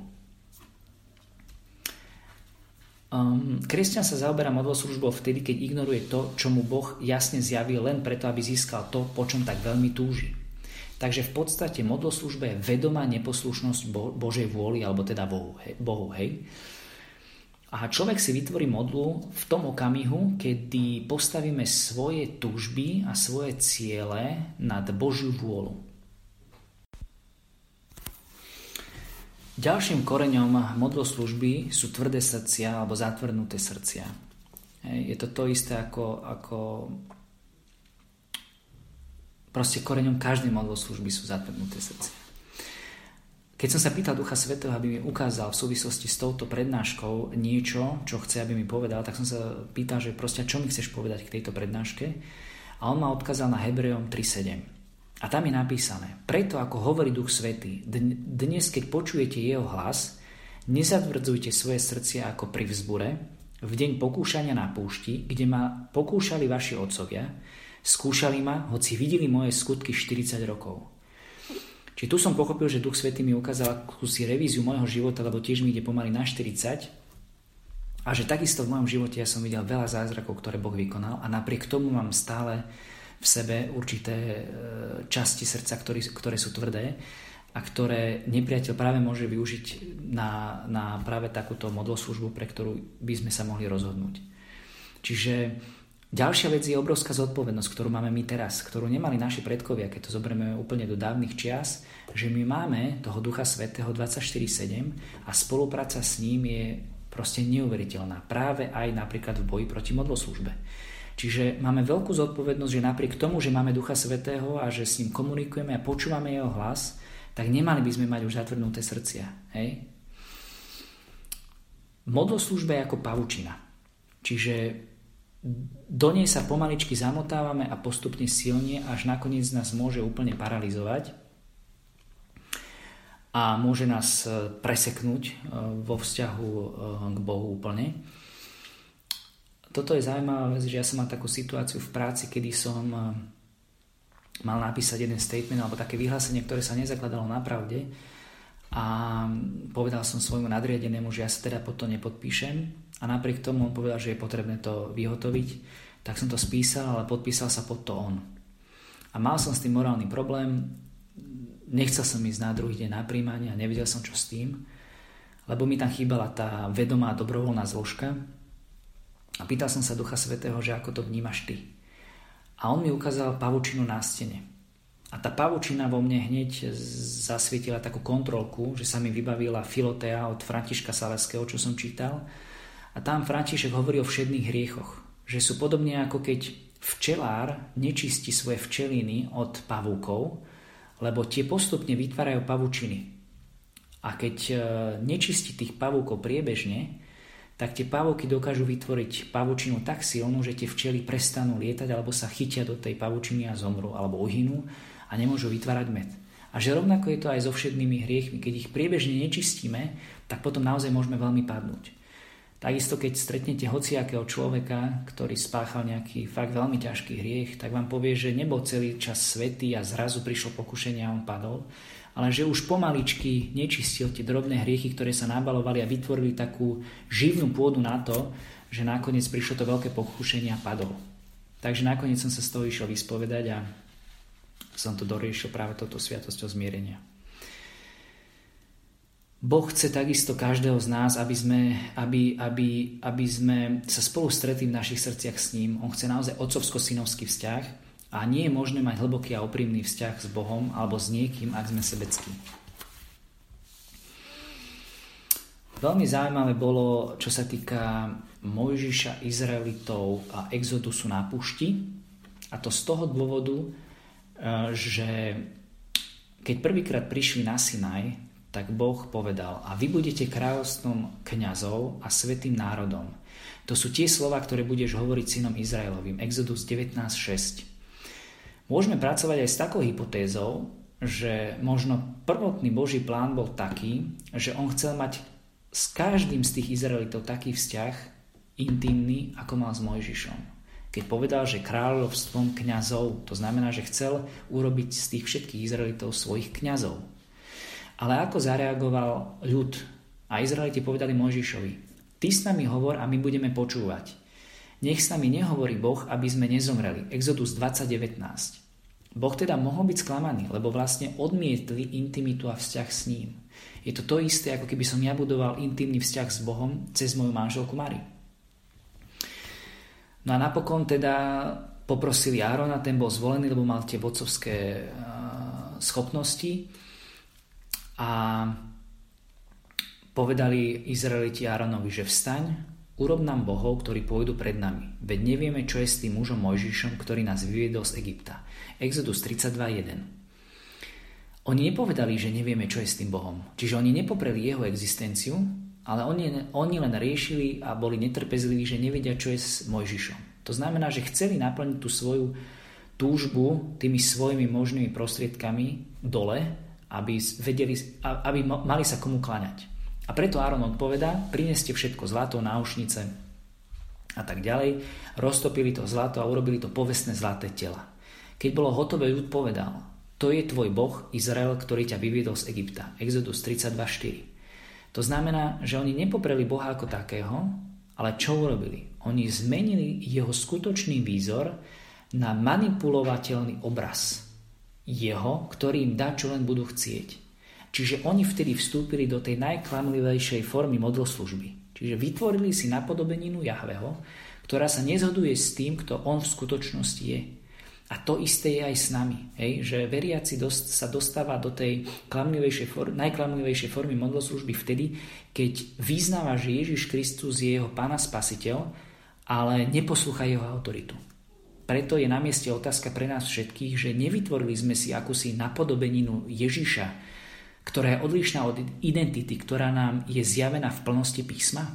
Kresťan sa zaoberá modloslužbou vtedy, keď ignoruje to, čo mu Boh jasne zjavil, len preto, aby získal to, po čom tak veľmi túži. Takže v podstate modloslužba je vedomá neposlušnosť Božej vôli, alebo teda Bohu. Hej. A človek si vytvorí modlu v tom okamihu, kedy postavíme svoje túžby a svoje ciele nad Božiu vôľu. Ďalším koreňom modloslužby sú tvrdé srdcia alebo zatvrdnuté srdcia. Je to isté ako proste koreňom každej modloslužby sú zatvrdnuté srdcia. Keď som sa pýtal Ducha Svätého, aby mi ukázal v súvislosti s touto prednáškou niečo, čo chce, aby mi povedal, tak som sa pýtal, že proste, čo mi chceš povedať k tejto prednáške? A on ma odkázal na Hebrejom 3.7. A tam je napísané: preto, ako hovorí Duch Svätý, dnes, keď počujete jeho hlas, nezatvrdzujte svoje srdcia ako pri vzbure, v deň pokúšania na púšti, kde ma pokúšali vaši otcovia, skúšali ma, hoci videli moje skutky 40 rokov. Čiže tu som pochopil, že Duch Svätý mi ukázal akúsi revíziu môjho života, lebo tiež mi ide pomaly na 40, a že takisto v mojom živote ja som videl veľa zázrakov, ktoré Boh vykonal, a napriek tomu mám stále v sebe určité časti srdca, ktoré sú tvrdé a ktoré nepriateľ práve môže využiť na práve takúto modloslužbu, pre ktorú by sme sa mohli rozhodnúť. Čiže ďalšia vec je obrovská zodpovednosť, ktorú máme my teraz, ktorú nemali naši predkovia, keď to zoberieme úplne do dávnych čias, že my máme toho Ducha Svätého 24/7 a spolupráca s ním je proste neuveriteľná. Práve aj napríklad v boji proti modloslužbe. Čiže máme veľkú zodpovednosť, že napriek tomu, že máme Ducha Svätého a že s ním komunikujeme a počúvame jeho hlas, tak nemali by sme mať už zatvrdnuté srdcia. Hej? Modloslužba je ako pavučina. Čiže do nej sa pomaličky zamotávame a postupne silne, až nakoniec nás môže úplne paralyzovať a môže nás preseknúť vo vzťahu k Bohu úplne. Toto je zaujímavá vec, že ja som mal takú situáciu v práci, kedy som mal napísať jeden statement alebo také vyhlásenie, ktoré sa nezakladalo na pravde, a povedal som svojmu nadriadenému, že ja sa teda pod to nepodpíšem, a napriek tomu on povedal, že je potrebné to vyhotoviť, tak som to spísal, ale podpísal sa pod to on. A mal som s tým morálny problém, nechcel som ísť na druhý deň na prijímanie a nevedel som, čo s tým, lebo mi tam chýbala tá vedomá dobrovoľná zložka. A pýtal som sa Ducha Svätého, že ako to vnímaš ty. A on mi ukázal pavučinu na stene. A tá pavučina vo mne hneď zasvietila takú kontrolku, že sa mi vybavila Filotea od Františka Saleského, čo som čítal. A tam František hovorí o všedných hriechoch. Že sú podobne ako keď včelár nečistí svoje včeliny od pavúkov, lebo tie postupne vytvárajú pavučiny. A keď nečistí tých pavúkov priebežne, tak tie pavúky dokážu vytvoriť pavučinu tak silnú, že tie včely prestanú lietať alebo sa chytia do tej pavučiny a zomrú alebo uhynú a nemôžu vytvárať med. A že rovnako je to aj so všednými hriechmi. Keď ich priebežne nečistíme, tak potom naozaj môžeme veľmi padnúť. Takisto keď stretnete hociakého človeka, ktorý spáchal nejaký fakt veľmi ťažký hriech, tak vám povie, že nebol celý čas svätý a zrazu prišlo pokušenie a on padol, ale že už pomaličky nečistil tie drobné hriechy, ktoré sa nabalovali a vytvorili takú živnú pôdu na to, že nakoniec prišlo to veľké pokušenie a padol. Takže nakoniec som sa z toho išiel vyspovedať a som to doriešil práve touto sviatosťou zmierenia. Boh chce takisto každého z nás, aby sme sa spolu stretli v našich srdciach s ním. On chce naozaj otcovsko-synovský vzťah, a nie je možné mať hlboký a úprimný vzťah s Bohom alebo s niekým, ak sme sebeckí. Veľmi zaujímavé bolo, čo sa týka Mojžiša, Izraelitov a exodusu na púšti. A to z toho dôvodu, že keď prvýkrát prišli na Sinaj, tak Boh povedal: a vy budete kráľovstvom kňazov a svätým národom. To sú tie slová, ktoré budeš hovoriť synom Izraelovým. Exodus 19.6. Môžeme pracovať aj s takou hypotézou, že možno prvotný Boží plán bol taký, že on chcel mať s každým z tých Izraelitov taký vzťah intimný, ako mal s Mojžišom. Keď povedal, že kráľovstvom kňazov, to znamená, že chcel urobiť z tých všetkých Izraelitov svojich kňazov. Ale ako zareagoval ľud? A Izraeliti povedali Mojžišovi: ty s nami hovor a my budeme počúvať. Nech s nami nehovorí Boh, aby sme nezomreli. Exodus 20.19. Boh teda mohol byť sklamaný, lebo vlastne odmietli intimitu a vzťah s ním. Je to isté, ako keby som ja budoval intimný vzťah s Bohom cez moju manželku Mari. No a napokon teda poprosili Árona, ten bol zvolený, lebo mal tie vodcovské schopnosti, a povedali Izraeliti Áronovi, že vstaň Urob nám bohov, ktorí pôjdu pred nami. Veď nevieme, čo je s tým mužom Mojžišom, ktorý nás vyviedol z Egypta. Exodus 32.1. Oni nepovedali, že nevieme, čo je s tým Bohom. Čiže oni nepopreli jeho existenciu, ale oni len riešili a boli netrpezliví, že nevedia, čo je s Mojžišom. To znamená, že chceli naplniť tú svoju túžbu tými svojimi možnými prostriedkami dole, aby mali sa komu kláňať. A preto Áron odpovedá, prineste všetko zlato, náušnice a tak ďalej, roztopili to zlato a urobili to povestné zlaté tela. Keď bolo hotové, Jud povedal, to je tvoj Boh, Izrael, ktorý ťa vyviedol z Egypta. Exodus 32.4. To znamená, že oni nepopreli Boha ako takého, ale čo urobili? Oni zmenili jeho skutočný výzor na manipulovateľný obraz. Jeho, ktorý im dá, čo len budú chcieť. Čiže oni vtedy vstúpili do tej najklamlivejšej formy modloslužby. Čiže vytvorili si napodobeninu Jahveho, ktorá sa nezhoduje s tým, kto on v skutočnosti je. A to isté je aj s nami. Že veriaci sa dostáva do tej najklamlivejšej formy modloslužby vtedy, keď vyznáva, že Ježiš Kristus je jeho Pán a Spasiteľ, ale neposlúcha jeho autoritu. Preto je na mieste otázka pre nás všetkých, že nevytvorili sme si akúsi napodobeninu Ježiša, ktorá je odlišná od identity, ktorá nám je zjavená v plnosti písma.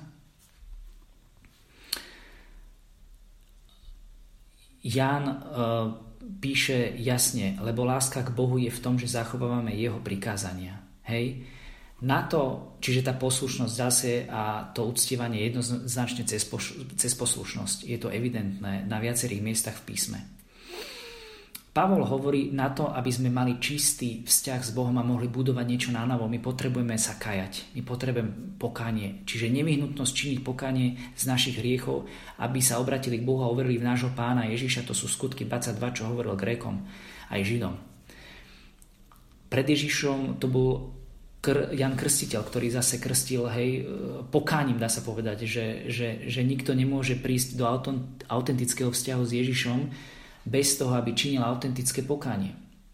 Ján píše jasne, lebo láska k Bohu je v tom, že zachovávame jeho prikázania. Hej? Na to, čiže tá poslušnosť zase a to uctievanie je jednoznačne cez poslušnosť. Je to evidentné na viacerých miestach v písme. Pavol hovorí, na to, aby sme mali čistý vzťah s Bohom a mohli budovať niečo nánovo, my potrebujeme sa kajať, my potrebujeme pokánie. Čiže nevyhnutnosť činiť pokánie z našich hriechov, aby sa obratili k Bohu a uverili v nášho Pána Ježiša, to sú skutky 22, čo hovoril Grékom aj Židom. Pred Ježišom to bol Jan Krstiteľ, ktorý zase krstil pokáním, dá sa povedať, že nikto nemôže prísť do autentického vzťahu s Ježišom bez toho, aby činil autentické pokánie.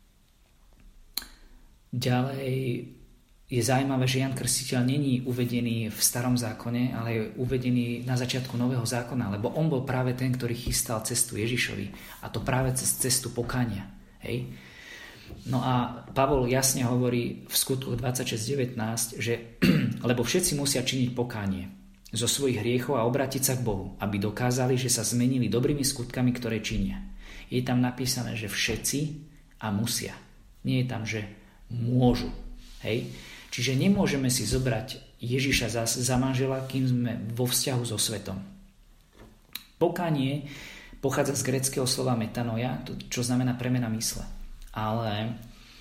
Ďalej je zaujímavé, že Jan Krstiteľ není uvedený v Starom zákone, ale je uvedený na začiatku Nového zákona, lebo on bol práve ten, ktorý chystal cestu Ježišovi, a to práve cez cestu pokánia. Hej? No a Pavol jasne hovorí v skutku 26.19, že lebo všetci musia činiť pokánie zo svojich hriechov a obrátiť sa k Bohu, aby dokázali, že sa zmenili dobrými skutkami, ktoré činia. Je tam napísané, že všetci a musia. Nie je tam, že môžu. Hej? Čiže nemôžeme si zobrať Ježiša za manžela, kým sme vo vzťahu so svetom. Pokánie pochádza z gréckeho slova metanoia, čo znamená premena mysle. Ale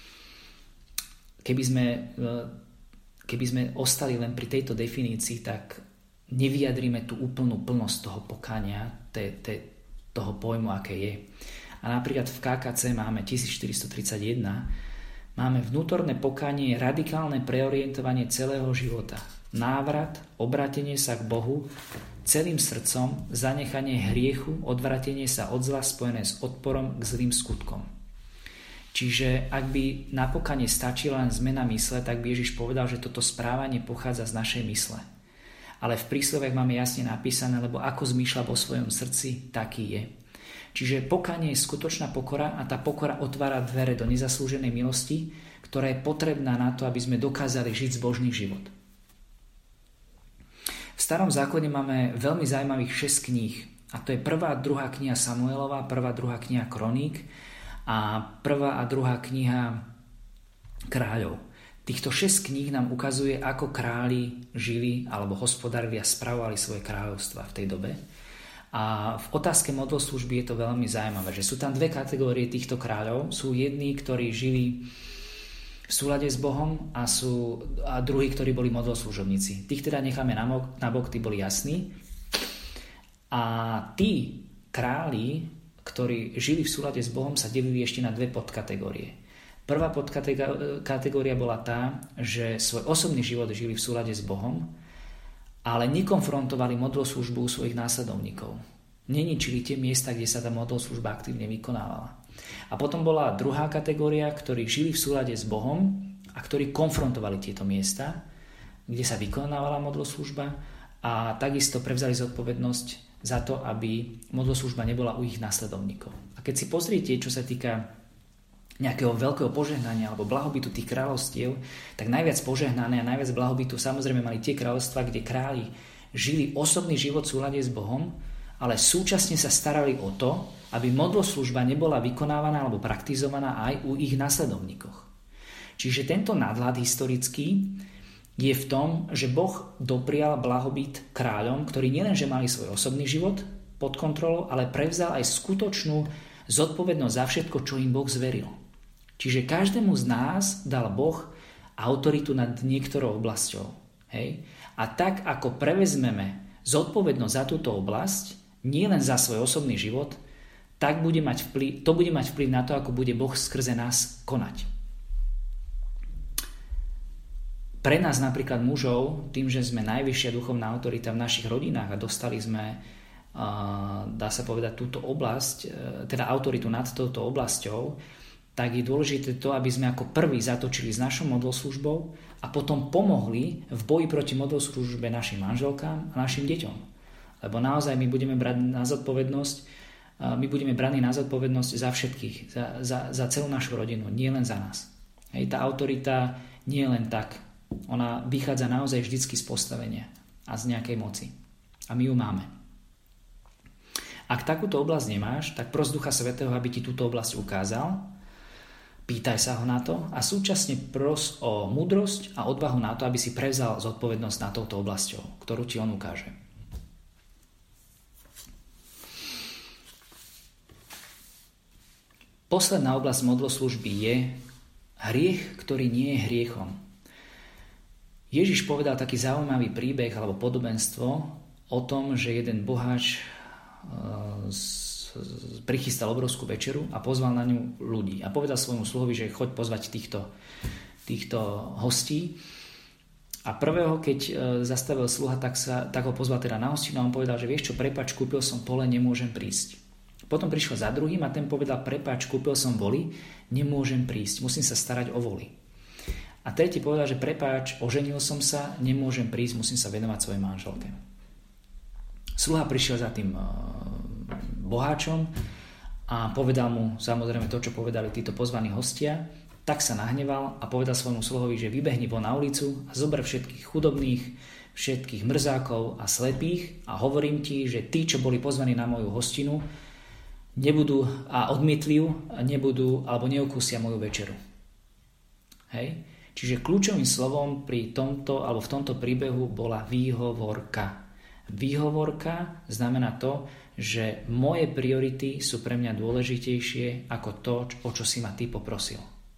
keby sme ostali len pri tejto definícii, tak nevyjadríme tú úplnú plnosť toho pokánia, toho pojmu, aké je. A napríklad v KKC máme 1431, máme vnútorné pokánie, radikálne preorientovanie celého života. Návrat, obrátenie sa k Bohu celým srdcom, zanechanie hriechu, odvratenie sa od zla spojené s odporom k zlým skutkom. Čiže ak by na pokánie stačila len zmena mysle, tak by Ježiš povedal, že toto správanie pochádza z našej mysle. Ale v prísloviach máme jasne napísané, lebo ako zmýšľa vo svojom srdci, taký je. Čiže pokánie je skutočná pokora a tá pokora otvára dvere do nezaslúženej milosti, ktorá je potrebná na to, aby sme dokázali žiť zbožný život. V Starom zákone máme veľmi zaujímavých 6 kníh. A to je 1. a 2. kniha Samuelova, 1. a 2. kniha Kroník a 1. a 2. kniha Kráľov. Týchto 6 kníh nám ukazuje, ako králi žili alebo hospodárili a spravovali svoje kráľovstva v tej dobe. A v otázke modloslužby je to veľmi zaujímavé, že sú tam dve kategórie týchto kráľov. Sú jedni, ktorí žili v súlade s Bohom a druhí, ktorí boli modloslužobníci. Tých teda necháme na bok, tí boli jasní. A tí králi, ktorí žili v súlade s Bohom, sa delili ešte na dve podkategórie. Prvá podkategória bola tá, že svoj osobný život žili v súlade s Bohom, ale nekonfrontovali modloslužbu u svojich následovníkov. Neničili tie miesta, kde sa tá modloslužba aktívne vykonávala. A potom bola druhá kategória, ktorí žili v súlade s Bohom a ktorí konfrontovali tieto miesta, kde sa vykonávala modloslužba, a takisto prevzali zodpovednosť za to, aby modloslužba nebola u ich následovníkov. A keď si pozriete, čo sa týka nejakého veľkého požehnania alebo blahobytu tých kráľovstiev, tak najviac požehnané a najviac blahobytu samozrejme mali tie kráľovstvá, kde králi žili osobný život v súlade s Bohom, ale súčasne sa starali o to, aby modloslužba nebola vykonávaná alebo praktizovaná aj u ich nasledovníkoch. Čiže tento nadhľad historický je v tom, že Boh doprial blahobyt kráľom, ktorí nielenže mali svoj osobný život pod kontrolou, ale prevzal aj skutočnú zodpovednosť za všetko, čo im Boh zveril. Čiže každému z nás dal Boh autoritu nad niektorou oblasťou. Hej? A tak, ako prevezmeme zodpovednosť za túto oblasť, nie len za svoj osobný život, tak to bude mať vplyv na to, ako bude Boh skrze nás konať. Pre nás napríklad mužov, tým, že sme najvyššia duchovná autorita v našich rodinách a dostali sme, dá sa povedať, túto oblasť, teda autoritu nad touto oblasťou, tak je dôležité to, aby sme ako prví zatočili s našou modloslužbou a potom pomohli v boji proti modloslužbe našim manželkám a našim deťom. Lebo naozaj my budeme braní na zodpovednosť za všetkých, za celú našu rodinu, nie len za nás. Hej, tá autorita nie je len tak. Ona vychádza naozaj vždycky z postavenia a z nejakej moci. A my ju máme. Ak takúto oblasť nemáš, tak pros Ducha Svätého, aby ti túto oblasť ukázal, pýtaj sa ho na to a súčasne pros o múdrosť a odvahu na to, aby si prevzal zodpovednosť na touto oblasťou, ktorú ti on ukáže. Posledná oblasť modloslužby je hriech, ktorý nie je hriechom. Ježiš povedal taký zaujímavý príbeh alebo podobenstvo o tom, že jeden boháč prichystal obrovskú večeru a pozval na ňu ľudí. A povedal svojmu sluhovi, že choď pozvať týchto hostí. A prvého, keď zastavil sluha, tak ho pozval teda na hostinu a on povedal, že vieš čo, prepáč, kúpil som pole, nemôžem prísť. Potom prišiel za druhým a ten povedal, prepáč, kúpil som voly, nemôžem prísť, musím sa starať o voly. A tretí povedal, že prepáč, oženil som sa, nemôžem prísť, musím sa venovať svojej manželke. Sluha prišiel za tým boháčom a povedal mu samozrejme to, čo povedali títo pozvaní hostia, tak sa nahneval a povedal svojmu sluhovi, že vybehni von na ulicu a zober všetkých chudobných, všetkých mrzákov a slepých a hovorím ti, že tí, čo boli pozvaní na moju hostinu, nebudú a odmietli ju, nebudú alebo neukúsia moju večeru. Hej? Čiže kľúčovým slovom pri tomto alebo v tomto príbehu bola výhovorka. Výhovorka znamená to, že moje priority sú pre mňa dôležitejšie ako to, o čo si ma ty poprosil.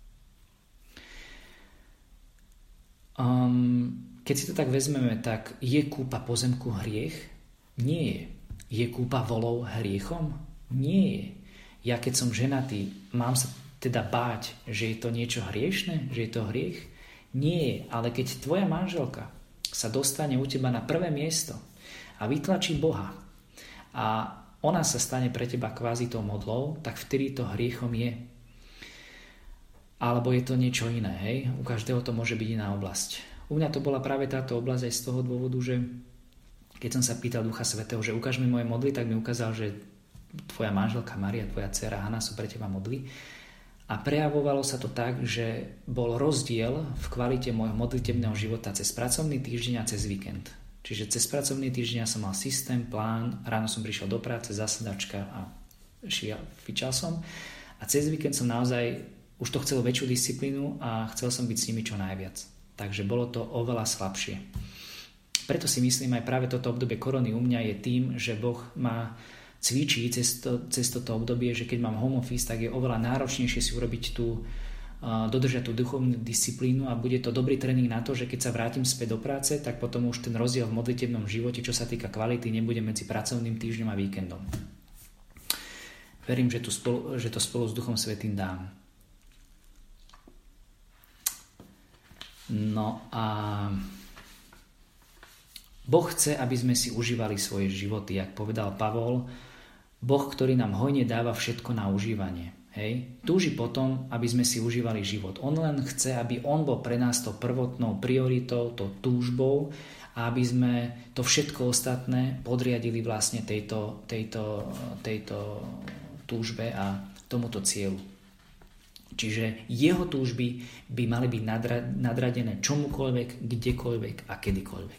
Keď si to tak vezmeme, tak je kúpa pozemku hriech? Nie je. Je kúpa volov hriechom? Nie je. Ja keď som ženatý, mám sa teda báť, že je to niečo hriešne? Že je to hriech? Nie je. Ale keď tvoja manželka sa dostane u teba na prvé miesto a vytlačí Boha a ona sa stane pre teba kvázi tou modlou, tak vtedy to hriechom je. Alebo je to niečo iné, hej? U každého to môže byť iná oblasť. U mňa to bola práve táto oblasť aj z toho dôvodu, že keď som sa pýtal Ducha Svätého, že ukáž mi moje modly, tak mi ukázal, že tvoja manželka Maria, tvoja dcera Hana sú pre teba modly. A prejavovalo sa to tak, že bol rozdiel v kvalite môjho modlitebného života cez pracovný týždeň a cez víkend. Čiže cez pracovný týždeň som mal systém, plán, ráno som prišiel do práce, zasadačka a fičal som. A cez víkend som naozaj už to chcel väčšiu disciplínu a chcel som byť s nimi čo najviac. Takže bolo to oveľa slabšie. Preto si myslím, aj práve toto obdobie korony u mňa je tým, že Boh ma cvičí cez toto obdobie, že keď mám home office, tak je oveľa náročnejšie si urobiť dodržať tú duchovnú disciplínu a bude to dobrý tréning na to, že keď sa vrátim späť do práce, tak potom už ten rozdiel v modlitebnom živote, čo sa týka kvality, nebude medzi pracovným týždňom a víkendom. Verím, že to spolu s Duchom Svätým dám. No a Boh chce, aby sme si užívali svoje životy, jak povedal Pavol, Boh, ktorý nám hojne dáva všetko na užívanie. Hej? Túži potom, aby sme si užívali život. On len chce, aby on bol pre nás to prvotnou prioritou, to túžbou, a aby sme to všetko ostatné podriadili vlastne tejto túžbe a tomuto cieľu. Čiže jeho túžby by mali byť nadradené čomukoľvek, kdekoľvek a kedykoľvek.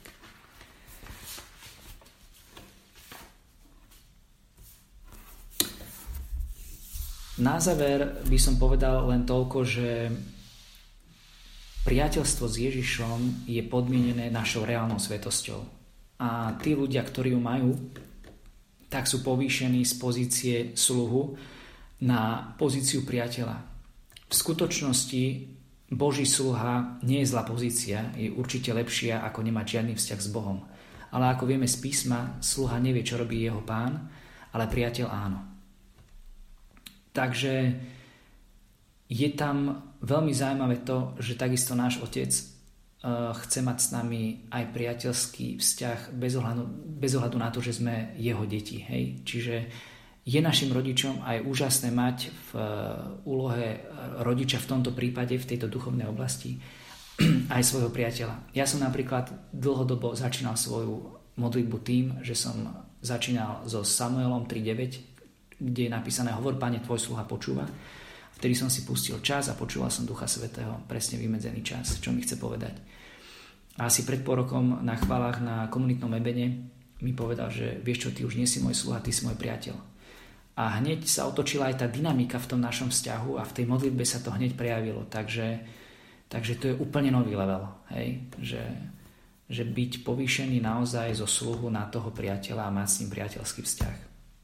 Na záver by som povedal len toľko, že priateľstvo s Ježišom je podmienené našou reálnou svetosťou. A tí ľudia, ktorí ju majú, tak sú povýšení z pozície sluhu na pozíciu priateľa. V skutočnosti Boží sluha nie je zlá pozícia, je určite lepšia ako nemať žiadny vzťah s Bohom. Ale ako vieme z písma, sluha nevie, čo robí jeho pán, ale priateľ áno. Takže je tam veľmi zaujímavé to, že takisto náš Otec chce mať s nami aj priateľský vzťah bez ohľadu na to, že sme jeho deti. Hej? Čiže je našim rodičom aj úžasné mať v úlohe rodiča v tomto prípade, v tejto duchovnej oblasti, aj svojho priateľa. Ja som napríklad dlhodobo začínal svoju modlitbu tým, že som začínal so Samuelom 3.9, kde je napísané: hovor, Pane, tvoj sluha počúva. Vtedy som si pustil čas a počúval som Ducha Svätého, presne vymedzený čas, čo mi chce povedať. A asi pred pol rokom na chválach na komunitnom ebene mi povedal, že vieš čo, ty už nie si môj sluha, ty si môj priateľ. A hneď sa otočila aj tá dynamika v tom našom vzťahu a v tej modlitbe sa to hneď prejavilo. Takže to je úplne nový level. Hej? Že byť povýšený naozaj zo sluhu na toho priateľa a mať s ním priateľský vzťah.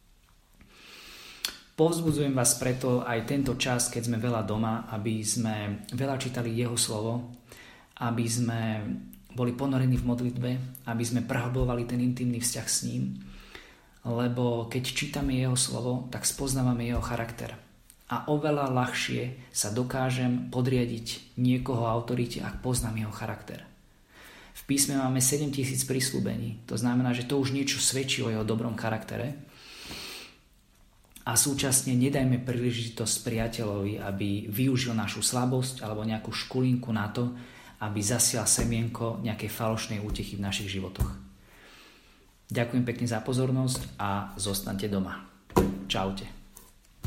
Povzbudzujem vás preto aj tento čas, keď sme veľa doma, aby sme veľa čítali jeho slovo, aby sme boli ponorení v modlitbe, aby sme prehlbovali ten intimný vzťah s ním, lebo keď čítame jeho slovo, tak spoznávame jeho charakter. A oveľa ľahšie sa dokážem podriadiť niekoho autorite, ak poznám jeho charakter. V písme máme 7000 prisľúbení, to znamená, že to už niečo svedčí o jeho dobrom charaktere. A súčasne nedajme príležitosť priateľovi, aby využil našu slabosť alebo nejakú škulinku na to, aby zasial semienko nejakej falošnej útechy v našich životoch. Ďakujem pekne za pozornosť a zostaňte doma. Čaute.